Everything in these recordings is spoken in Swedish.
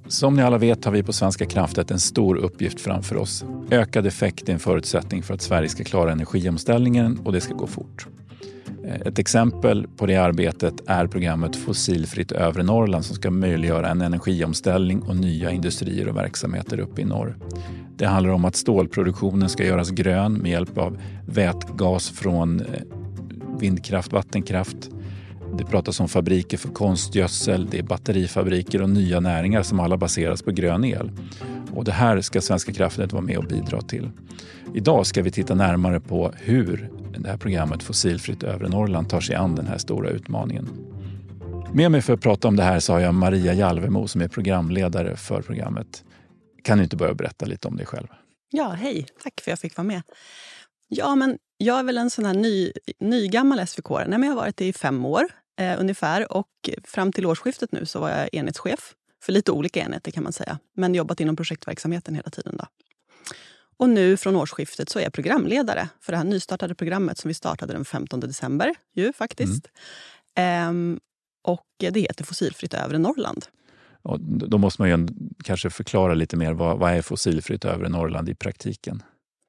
Som ni alla vet har vi på Svenska kraftnät en stor uppgift framför oss. Ökad effekt är en förutsättning för att Sverige ska klara energiomställningen och det ska gå fort. Ett exempel på det arbetet är programmet Fossilfritt övre Norrland som ska möjliggöra en energiomställning och nya industrier och verksamheter uppe i norr. Det handlar om att stålproduktionen ska göras grön med hjälp av vätgas från vindkraft, vattenkraft. Det pratas om fabriker för konstgödsel, det är batterifabriker och nya näringar som alla baseras på grön el. Och det här ska Svenska kraftnät vara med och bidra till. Idag ska vi titta närmare på hur det här programmet Fossilfritt övre Norrland tar sig an den här stora utmaningen. Med mig för att prata om det här så har jag Maria Jalvemo som är programledare för programmet. Kan du inte börja berätta lite om dig själv? Ja, hej. Tack för att jag fick vara med. Ja, men jag är väl en sån här nygammal SVK. Nej, men jag har varit det i 5 år ungefär. Och fram till årsskiftet nu så var jag enhetschef. För lite olika enheter kan man säga. Men jobbat inom projektverksamheten hela tiden då. Och nu från årsskiftet så är jag programledare för det här nystartade programmet som vi startade den 15 december ju faktiskt. Och det heter Fossilfritt övre Norrland. Och då måste man ju kanske förklara lite mer vad är Fossilfritt övre Norrland i praktiken?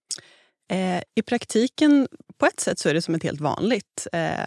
I praktiken på ett sätt så är det som ett helt vanligt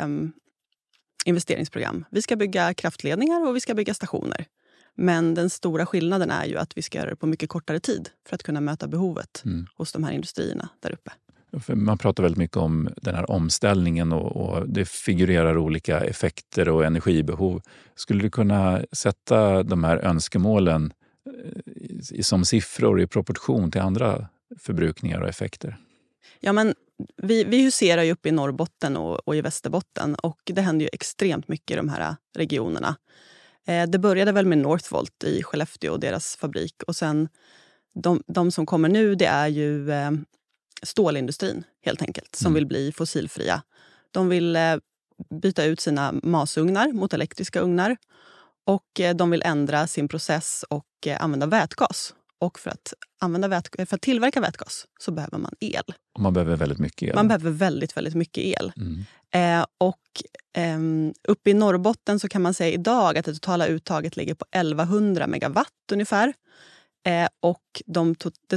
investeringsprogram. Vi ska bygga kraftledningar och vi ska bygga stationer. Men den stora skillnaden är ju att vi ska göra det på mycket kortare tid för att kunna möta behovet hos de här industrierna där uppe. För man pratar väldigt mycket om den här omställningen och det figurerar olika effekter och energibehov. Skulle du kunna sätta de här önskemålen som siffror i proportion till andra förbrukningar och effekter? Ja, men vi huserar ju uppe i Norrbotten och i Västerbotten och det händer ju extremt mycket i de här regionerna. Det började väl med Northvolt i Skellefteå och deras fabrik och sen de som kommer nu det är ju stålindustrin helt enkelt som vill bli fossilfria. De vill byta ut sina masugnar mot elektriska ugnar och de vill ändra sin process och använda vätgas. Och för att tillverka vätgas så behöver man el. Och man behöver väldigt mycket el. Man behöver väldigt, väldigt mycket el. Uppe i Norrbotten så kan man säga idag att det totala uttaget ligger på 1100 megawatt ungefär. Och de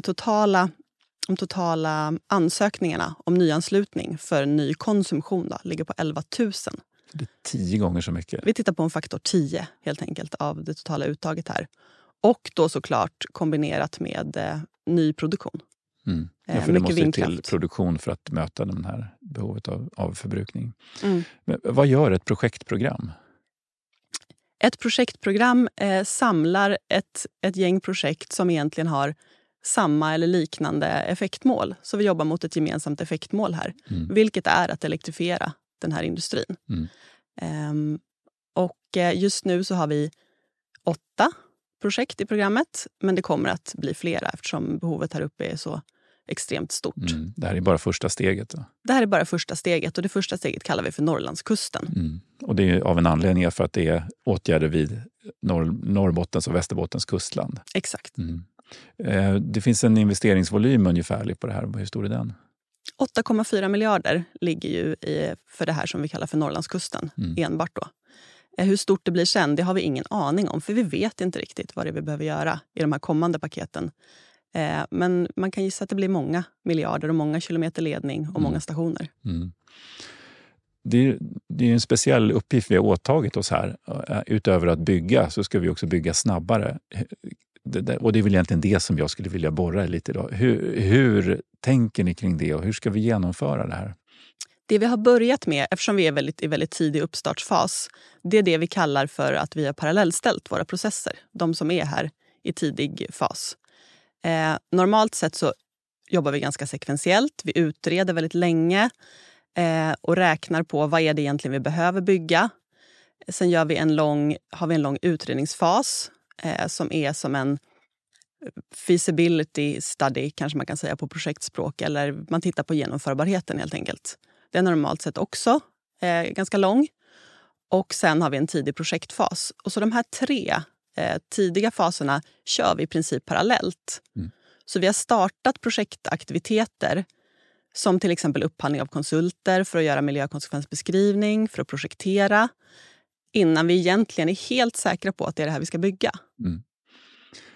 totala ansökningarna om nyanslutning för ny konsumtion då, ligger på 11 000. Det är 10 gånger så mycket. Vi tittar på en faktor 10 helt enkelt av det totala uttaget här. Och då såklart kombinerat med ny produktion. Ja, för det måste till produktion för att möta den här behovet av förbrukning. Men vad gör ett projektprogram? Ett projektprogram samlar ett gäng projekt som egentligen har samma eller liknande effektmål. Så vi jobbar mot ett gemensamt effektmål här. Vilket är att elektrifiera den här industrin. Och just nu så har vi 8 projekt i programmet. Men det kommer att bli flera eftersom behovet här uppe är så extremt stort. Det här är bara första steget då? Det här är bara första steget och det första steget kallar vi för Norrlandskusten. Och det är av en anledning för att det är åtgärder vid Norrbottens och Västerbottens kustland. Exakt. Det finns en investeringsvolym ungefärligt på det här. Hur stor är den? 8,4 miljarder ligger ju för det här som vi kallar för Norrlandskusten enbart då. Hur stort det blir sen, det har vi ingen aning om. För vi vet inte riktigt vad det är vi behöver göra i de här kommande paketen. Men man kan gissa att det blir många miljarder och många kilometer ledning och många stationer. Det är en speciell uppgift vi har åtagit oss här. Utöver att bygga så ska vi också bygga snabbare. Och det är väl egentligen det som jag skulle vilja borra lite idag. Hur tänker ni kring det och hur ska vi genomföra det här? Det vi har börjat med, eftersom vi är i väldigt tidig uppstartsfas, det är det vi kallar för att vi har parallellställt våra processer. De som är här i tidig fas. Normalt sett så jobbar vi ganska sekventiellt. Vi utreder väldigt länge och räknar på vad är det egentligen vi behöver bygga. Sen har vi en lång utredningsfas som är som en feasibility study kanske man kan säga på projektspråk. Eller man tittar på genomförbarheten helt enkelt. Det är normalt sett också ganska lång. Och sen har vi en tidig projektfas. Och så de här 3 tidiga faserna kör vi i princip parallellt. Så vi har startat projektaktiviteter som till exempel upphandling av konsulter för att göra miljökonsekvensbeskrivning, för att projektera. Innan vi egentligen är helt säkra på att det är det här vi ska bygga.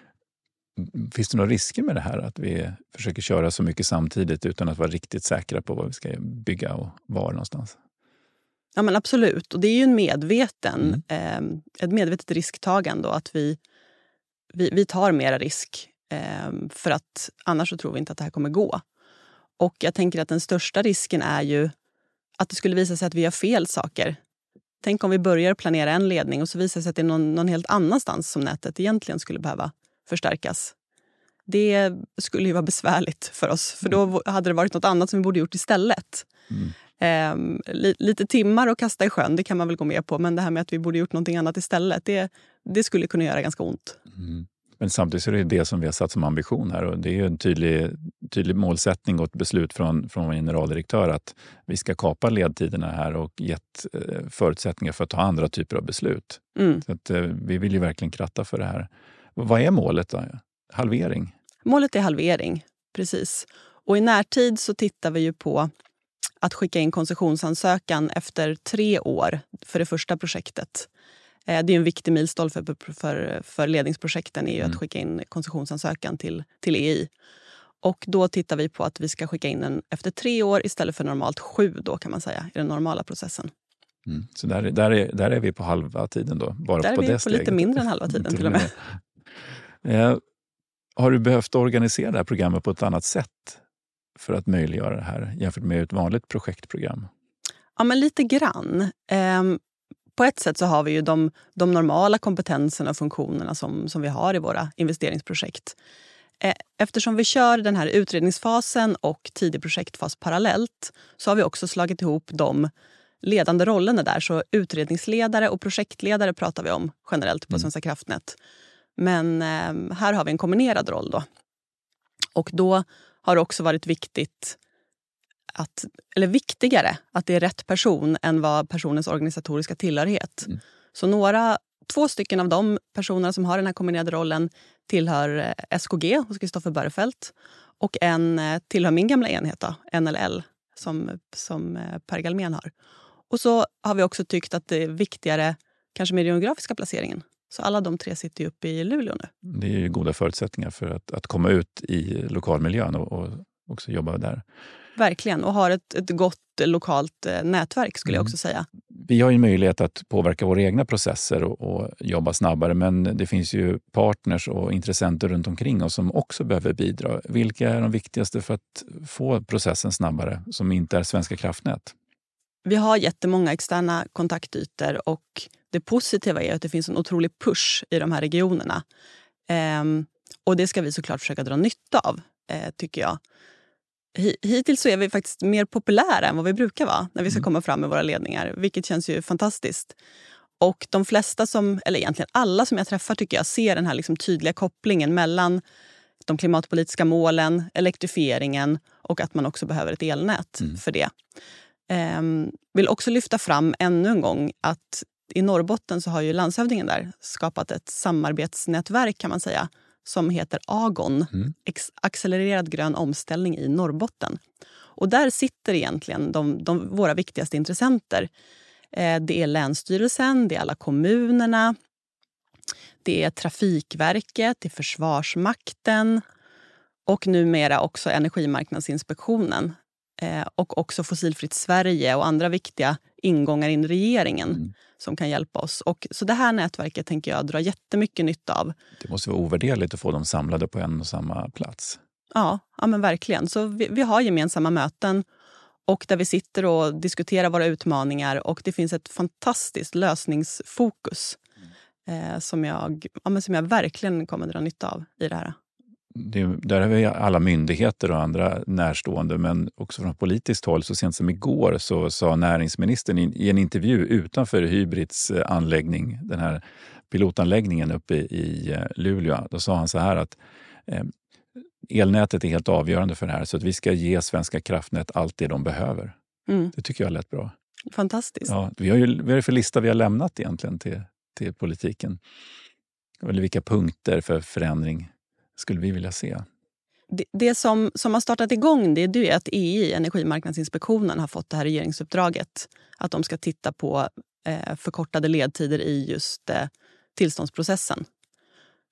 Finns det några risker med det här? Att vi försöker köra så mycket samtidigt utan att vara riktigt säkra på vad vi ska bygga och var någonstans? Ja, men absolut. Och det är ju ett medvetet risktagande och att vi tar mera risk för att annars så tror vi inte att det här kommer gå. Och jag tänker att den största risken är ju att det skulle visa sig att vi gör fel saker. Tänk om vi börjar planera en ledning och så visar det sig att det är någon helt annanstans som nätet egentligen skulle behöva förstärkas. Det skulle ju vara besvärligt för oss, för då hade det varit något annat som vi borde gjort istället. Lite timmar att kasta i sjön, det kan man väl gå med på, men det här med att vi borde gjort någonting annat istället, det skulle kunna göra ganska ont. Men samtidigt är det det som vi har satt som ambition här, och det är ju en tydlig målsättning och ett beslut från vår generaldirektör att vi ska kapa ledtiderna här och gett förutsättningar för att ta andra typer av beslut. Så att, vi vill ju verkligen kratta för det här. Vad är målet då? Halvering? Målet är halvering, precis. Och i närtid så tittar vi ju på att skicka in koncessionsansökan efter 3 år för det första projektet. Det är en viktig milstolpe för ledningsprojekten är ju att skicka in koncessionsansökan till EI. Och då tittar vi på att vi ska skicka in den efter 3 år istället för normalt 7 då, kan man säga, i den normala processen. Så där är vi på halva tiden då? Bara där på är vi det på steget. Lite mindre än halva tiden till och med. Har du behövt organisera det här programmet på ett annat sätt för att möjliggöra det här jämfört med ett vanligt projektprogram? Ja, men lite grann. På ett sätt så har vi ju de normala kompetenserna och funktionerna som vi har i våra investeringsprojekt. Eftersom vi kör den här utredningsfasen och tidig projektfas parallellt så har vi också slagit ihop de ledande rollerna där. Så utredningsledare och projektledare pratar vi om generellt på Svenska kraftnät. Men här har vi en kombinerad roll då. Och då har det också varit viktigare att det är rätt person än vad personens organisatoriska tillhörighet. Så 2 stycken av de personerna som har den här kombinerade rollen tillhör SKG hos Kristoffer Börrefelt och en tillhör min gamla enhet då, NLL, som Per Galmén har. Och så har vi också tyckt att det är viktigare kanske med den geografiska placeringen. Så alla de 3 sitter ju uppe i Luleå nu. Det är ju goda förutsättningar för att komma ut i lokalmiljön och också jobba där. Verkligen, och har ett gott lokalt nätverk skulle jag också säga. Vi har ju möjlighet att påverka våra egna processer och jobba snabbare, men det finns ju partners och intressenter runt omkring oss som också behöver bidra. Vilka är de viktigaste för att få processen snabbare som inte är Svenska kraftnät? Vi har jättemånga externa kontaktytor och det positiva är att det finns en otrolig push i de här regionerna. Och det ska vi såklart försöka dra nytta av, tycker jag. Hittills så är vi faktiskt mer populära än vad vi brukar vara när vi ska komma fram med våra ledningar, vilket känns ju fantastiskt. Och de flesta eller egentligen alla som jag träffar tycker jag ser den här liksom tydliga kopplingen mellan de klimatpolitiska målen, elektrifieringen och att man också behöver ett elnät för det. Vill också lyfta fram ännu en gång att i Norrbotten så har ju landshövdingen där skapat ett samarbetsnätverk kan man säga som heter AGON, accelererad grön omställning i Norrbotten. Och där sitter egentligen våra viktigaste intressenter. Det är Länsstyrelsen, det är alla kommunerna, det är Trafikverket, det är Försvarsmakten och numera också Energimarknadsinspektionen. Och också Fossilfritt Sverige och andra viktiga ingångar in i regeringen som kan hjälpa oss. Och så det här nätverket tänker jag dra jättemycket nytta av. Det måste vara ovärderligt att få dem samlade på en och samma plats. Ja men verkligen. Så vi har gemensamma möten och där vi sitter och diskuterar våra utmaningar och det finns ett fantastiskt lösningsfokus som jag verkligen kommer dra nytta av i det här. Där har vi alla myndigheter och andra närstående, men också från politiskt håll. Så sent som igår så sa näringsministern i en intervju utanför Hybrids anläggning, den här pilotanläggningen uppe i Luleå, då sa han så här att elnätet är helt avgörande för det här så att vi ska ge Svenska kraftnät allt det de behöver. Det tycker jag lät bra. Fantastiskt. Ja, vad är det för lista vi har lämnat egentligen till politiken? Eller vilka punkter för förändring skulle vi vilja se? Det som har startat igång det är att EI, Energimarknadsinspektionen, har fått det här regeringsuppdraget. Att de ska titta på förkortade ledtider i just tillståndsprocessen.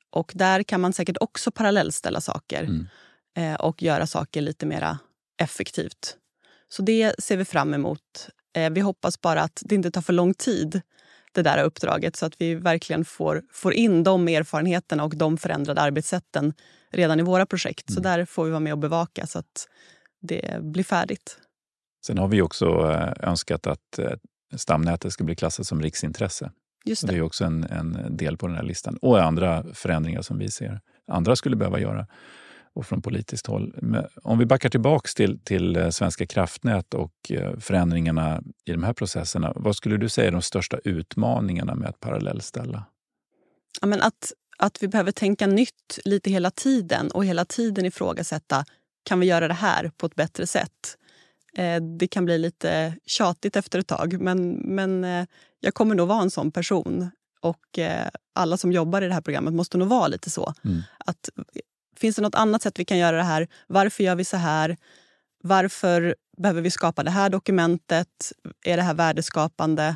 Och där kan man säkert också parallellställa saker och göra saker lite mer effektivt. Så det ser vi fram emot. Vi hoppas bara att det inte tar för lång tid, det där uppdraget, så att vi verkligen får in de erfarenheterna och de förändrade arbetssätten redan i våra projekt. Så där får vi vara med och bevaka så att det blir färdigt. Sen har vi också önskat att stamnätet ska bli klassat som riksintresse. Just det. Det är också en del på den här listan. Och andra förändringar som vi ser. Andra skulle behöva göra. Och från politiskt håll. Men om vi backar tillbaks till Svenska kraftnät och förändringarna i de här processerna. Vad skulle du säga är de största utmaningarna med att parallellställa? Ja, men att vi behöver tänka nytt lite hela tiden och hela tiden ifrågasätta, kan vi göra det här på ett bättre sätt? Det kan bli lite tjatigt efter ett tag, men jag kommer nog vara en sån person. Och alla som jobbar i det här programmet måste nog vara lite så. Att, finns det något annat sätt vi kan göra det här? Varför gör vi så här? Varför behöver vi skapa det här dokumentet? Är det här värdeskapande?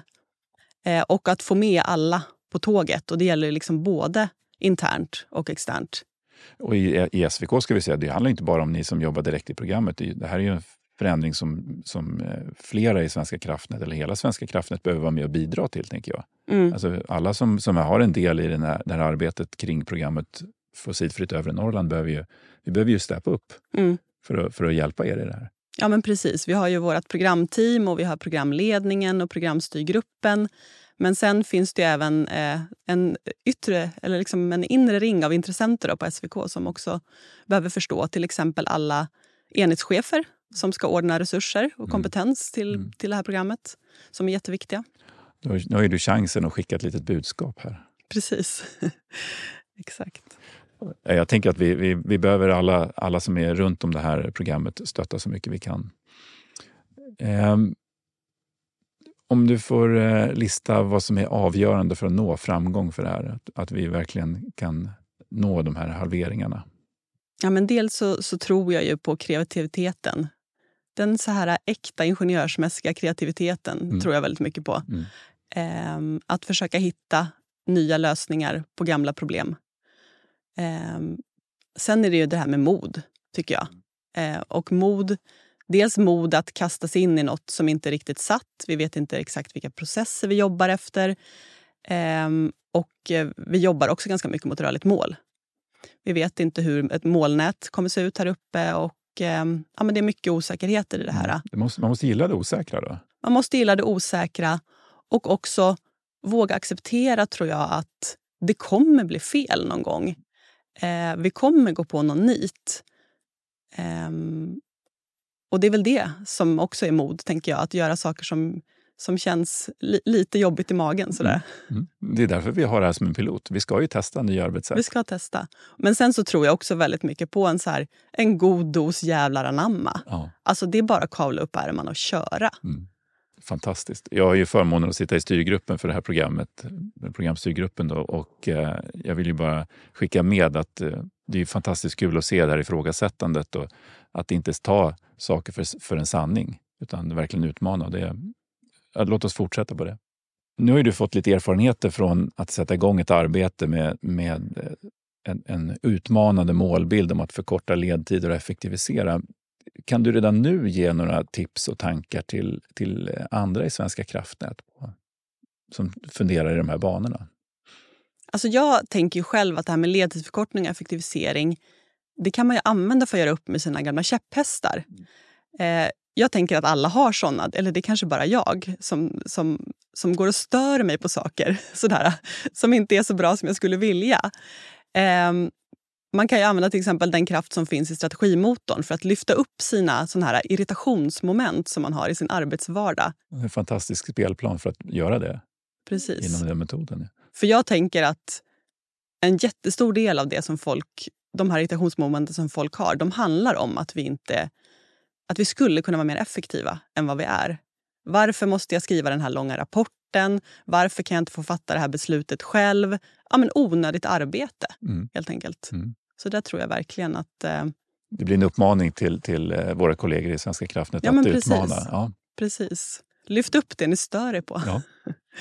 Och att få med alla på tåget. Och det gäller liksom både internt och externt. Och i SVK ska vi säga, det handlar inte bara om ni som jobbar direkt i programmet. Det här är ju en förändring som flera i Svenska kraftnät eller hela Svenska kraftnät behöver vara med och bidra till, tänker jag. Alltså alla som har en del i det här arbetet kring programmet Fossilfritt övre Norrland behöver ju steppa upp för att hjälpa er i det här. Ja, men precis. Vi har ju vårt programteam och vi har programledningen och programstyrgruppen. Men sen finns det ju även en yttre eller liksom en inre ring av intressenter på SVK som också behöver förstå, till exempel alla enhetschefer som ska ordna resurser och kompetens till det här programmet som är jätteviktiga. Nu har ju du chansen att skicka ett litet budskap här. Precis. Exakt. Jag tänker att vi behöver alla som är runt om det här programmet stötta så mycket vi kan. Om du får lista vad som är avgörande för att nå framgång för det här, att vi verkligen kan nå de här halveringarna. Ja, men dels så tror jag ju på kreativiteten. Den så här äkta ingenjörsmässiga kreativiteten tror jag väldigt mycket på. Att försöka hitta nya lösningar på gamla problem. Sen är det ju det här med mod, tycker jag. Och dels mod att kasta sig in i något som inte är riktigt satt. Vi vet inte exakt vilka processer vi jobbar efter. Och vi jobbar också ganska mycket mot rörligt mål. Vi vet inte hur ett molnät kommer se ut här uppe och men det är mycket osäkerheter i det här. Man måste gilla det osäkra då? Man måste gilla det osäkra och också våga acceptera, tror jag, att det kommer bli fel någon gång. Vi kommer gå på någon nit. Och det är väl det som också är mod, tänker jag. Att göra saker som känns lite jobbigt i magen. Sådär. Det är därför vi har det här som en pilot. Vi ska ju testa nya arbetssätt. Vi ska testa. Men sen så tror jag också väldigt mycket på en god dos jävlar anamma. Ja. Alltså det är bara att kavla upp ärmarna och köra. Fantastiskt. Jag har ju förmånen att sitta i styrgruppen för det här programmet, programstyrgruppen då, och jag vill ju bara skicka med att det är fantastiskt kul att se det här ifrågasättandet och att inte ta saker för en sanning utan verkligen utmana det. Låt oss fortsätta på det. Nu har ju du fått lite erfarenheter från att sätta igång ett arbete med en utmanande målbild om att förkorta ledtider och effektivisera. Kan du redan nu ge några tips och tankar till andra i Svenska kraftnät som funderar i de här banorna? Alltså jag tänker ju själv att det här med ledtidsförkortning och effektivisering, det kan man ju använda för att göra upp med sina gamla käpphästar. Jag tänker att alla har sådana, eller det är kanske bara jag som går och stör mig på saker sådär, som inte är så bra som jag skulle vilja. Man kan ju använda till exempel den kraft som finns i strategimotorn för att lyfta upp sina såna här irritationsmoment som man har i sin arbetsvardag. En fantastisk spelplan för att göra det. Precis. Inom den metoden. För jag tänker att en jättestor del av det som de här irritationsmomenten som folk har, de handlar om att vi skulle kunna vara mer effektiva än vad vi är. Varför måste jag skriva den här långa rapporten? Varför kan jag inte få fatta det här beslutet själv? Ja, men onödigt arbete, helt enkelt. Så där tror jag verkligen att... Det blir en uppmaning till våra kollegor i Svenska kraftnät att utmana. Ja, precis. Lyft upp det ni stör er på. Ja.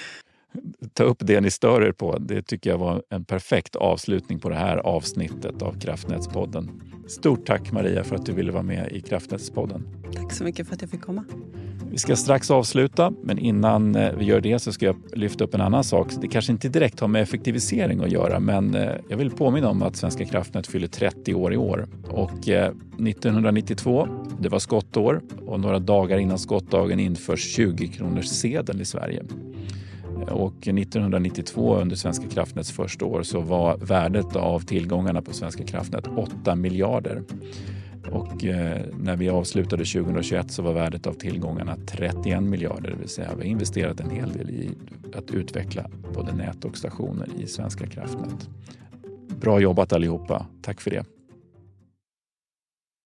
ta upp det ni stör er på. Det tycker jag var en perfekt avslutning på det här avsnittet av Kraftnätspodden. Stort tack Maria för att du ville vara med i Kraftnätspodden. Tack så mycket för att jag fick komma. Vi ska strax avsluta, men innan vi gör det så ska jag lyfta upp en annan sak. Det kanske inte direkt har med effektivisering att göra, men jag vill påminna om att Svenska kraftnät fyller 30 år i år. Och 1992, det var skottår, och några dagar innan skottdagen införs 20-kronors-sedeln i Sverige. Och 1992 under Svenska kraftnäts första år så var värdet av tillgångarna på Svenska kraftnät 8 miljarder. Och när vi avslutade 2021 så var värdet av tillgångarna 31 miljarder. Det vill säga vi har investerat en hel del i att utveckla både nät och stationer i Svenska kraftnät. Bra jobbat allihopa. Tack för det.